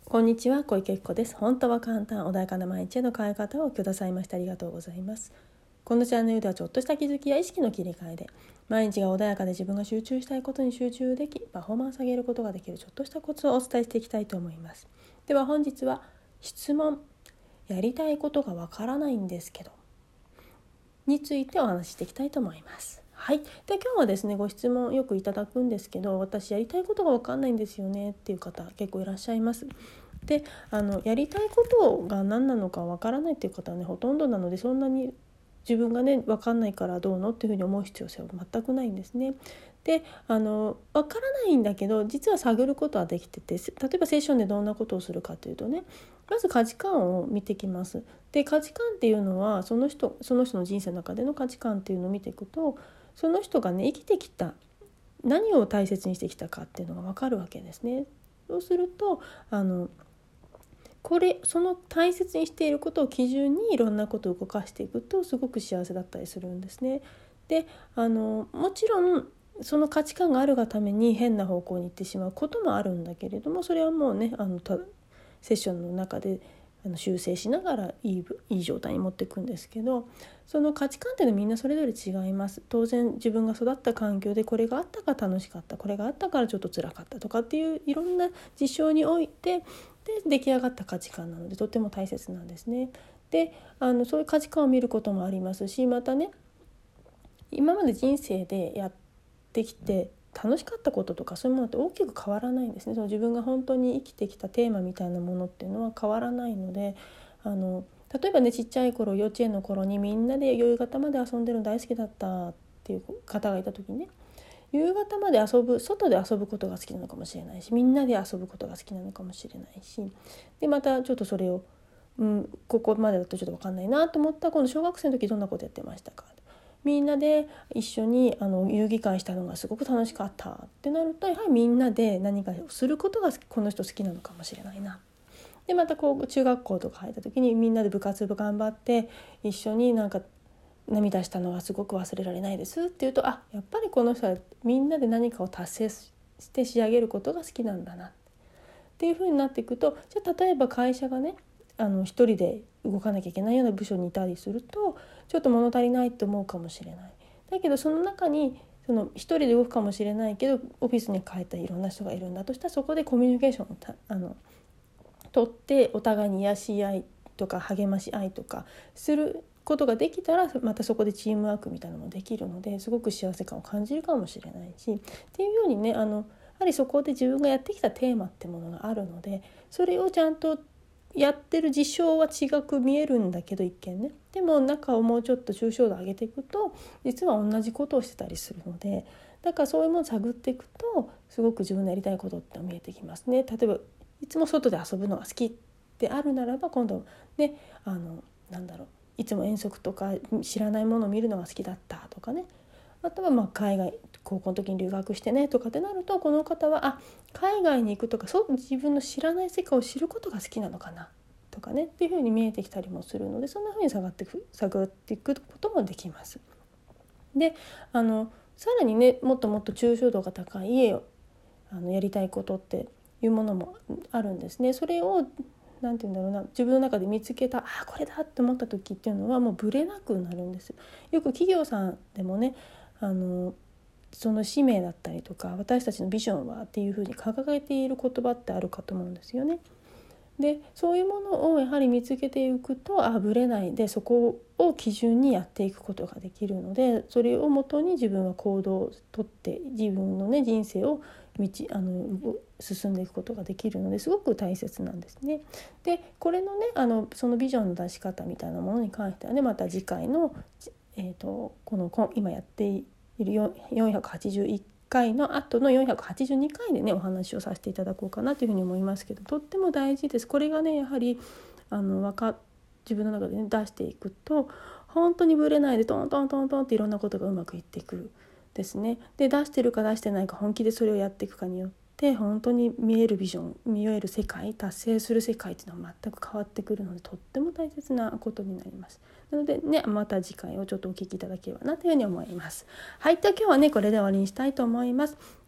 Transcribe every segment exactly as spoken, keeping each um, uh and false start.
こんにちは、小池子です。本当は簡単、穏やかな毎日への変え方をくださいましてありがとうございます。このチャンネルではちょっとした気づきや意識の切り替えで毎日が穏やかで自分が集中したいことに集中でき、パフォーマンス上げることができるちょっとしたコツをお伝えしていきたいと思います。では本日は質問、やりたいことがわからないんですけどについてお話ししていきたいと思います。はい、で今日はですね、ご質問よくいただくんですけど、私やりたいことが分かんないんですよねっていう方結構いらっしゃいます。であのやりたいことが何なのか分からないっていう方はねほとんどなので、そんなに自分がね分かんないからどうのっていうふうに思う必要性は全くないんですね。であの分からないんだけど実は探ることはできてて、例えばセッションでどんなことをするかというとね、まず価値観を見てきます。で価値観っていうのはその人その人の人生の中での価値観っていうのを見ていくと、その人がね生きてきた何を大切にしてきたかっていうのが分かるわけですね。そうするとあのこれその大切にしていることを基準にいろんなことを動かしていくとすごく幸せだったりするんですね。であのもちろんその価値観があるがために変な方向に行ってしまうこともあるんだけれども、それはもうねあのたセッションの中であの修正しながらいい、いい状態に持っていくんですけど、その価値観っていうのはみんなそれぞれ違います。当然自分が育った環境でこれがあったから楽しかった、これがあったからちょっと辛かったとかっていういろんな事象においてで出来上がった価値観なのでとても大切なんですね。であのそういう価値観を見ることもありますし、またね今まで人生でやってきて楽しかったこととかそういうものって大きく変わらないんですね。その自分が本当に生きてきたテーマみたいなものっていうのは変わらないので、あの例えばねちっちゃい頃幼稚園の頃にみんなで夕方まで遊んでるの大好きだったっていう方がいた時にね、夕方まで遊ぶ外で遊ぶことが好きなのかもしれないし、みんなで遊ぶことが好きなのかもしれないし、でまたちょっとそれを、うん、ここまでだとちょっと分かんないなと思ったら今度小学生の時どんなことやってましたか、みんなで一緒にあの遊戯会したのがすごく楽しかったってなると、やはりみんなで何かをすることがこの人好きなのかもしれないな。でまたこう中学校とか入った時にみんなで部活部頑張って一緒になんか涙したのがすごく忘れられないですっていうと、あやっぱりこの人はみんなで何かを達成して仕上げることが好きなんだなっていう風になっていくと、じゃあ例えば会社がねあの一人で動かなきゃいけないような部署にいたりするとちょっと物足りないと思うかもしれない。だけどその中にその一人で動くかもしれないけどオフィスに帰ったいろんな人がいるんだとしたら、そこでコミュニケーションをたあの取ってお互いに癒し合いとか励まし合いとかすることができたら、またそこでチームワークみたいなのもできるので、すごく幸せ感を感じるかもしれないしっていうようにね、あのやはりそこで自分がやってきたテーマってものがあるので、それをちゃんとやってる事象は違く見えるんだけど一見ね、でも中をもうちょっと抽象度上げていくと実は同じことをしてたりするので、だからそういうものを探っていくとすごく自分のやりたいことって見えてきますね。例えばいつも外で遊ぶのが好きであるならば、今度ねあのなんだろういつも遠足とか知らないものを見るのが好きだったとかね、あとはまあ海外高校の時に留学してねとかってなると、この方はあ海外に行くとかそう自分の知らない世界を知ることが好きなのかなとかねっていう風に見えてきたりもするので、そんな風に探っていく探っていくこともできます。であのさらにねもっともっと抽象度が高い家をあのやりたいことっていうものもあるんですね。それをなんて言うんだろうな、自分の中で見つけたあこれだって思った時っていうのはもうブレなくなるんです。よく企業さんでもねあのその使命だったりとか私たちのビジョンはっていうふうに掲げている言葉ってあるかと思うんですよね。でそういうものをやはり見つけていくと、あぶれないでそこを基準にやっていくことができるので、それをもとに自分は行動をとって自分のね人生を道あの進んでいくことができるので、すごく大切なんですね。でこれのねあのそのビジョンの出し方みたいなものに関してはね、また次回の、えーと、この今やっているよんひゃくはちじゅういっかいの後のよんひゃくはちじゅうにかいでねお話をさせていただこうかなというふうに思いますけど、とっても大事です。これがねやはりあのわか自分の中で、ね、出していくと本当にぶれないでトントントントンっていろんなことがうまくいってくるですね。で出してるか出してないか本気でそれをやっていくかによって本当に見えるビジョン見える世界達成する世界っていうのは全く変わってくるので、とっても大切なことになります。なのでねまた次回をちょっとお聞きいただければなというふうに思います。はい、では今日はねこれで終わりにしたいと思います。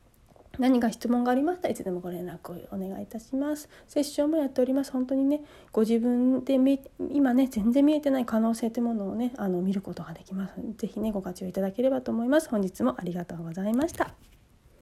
何か質問がありましたらいつでもご連絡をお願いいたします。セッションもやっております。本当にね、ご自分で今ね全然見えてない可能性というものをねあの見ることができますので、ぜひねご活用いただければと思います。本日もありがとうございました。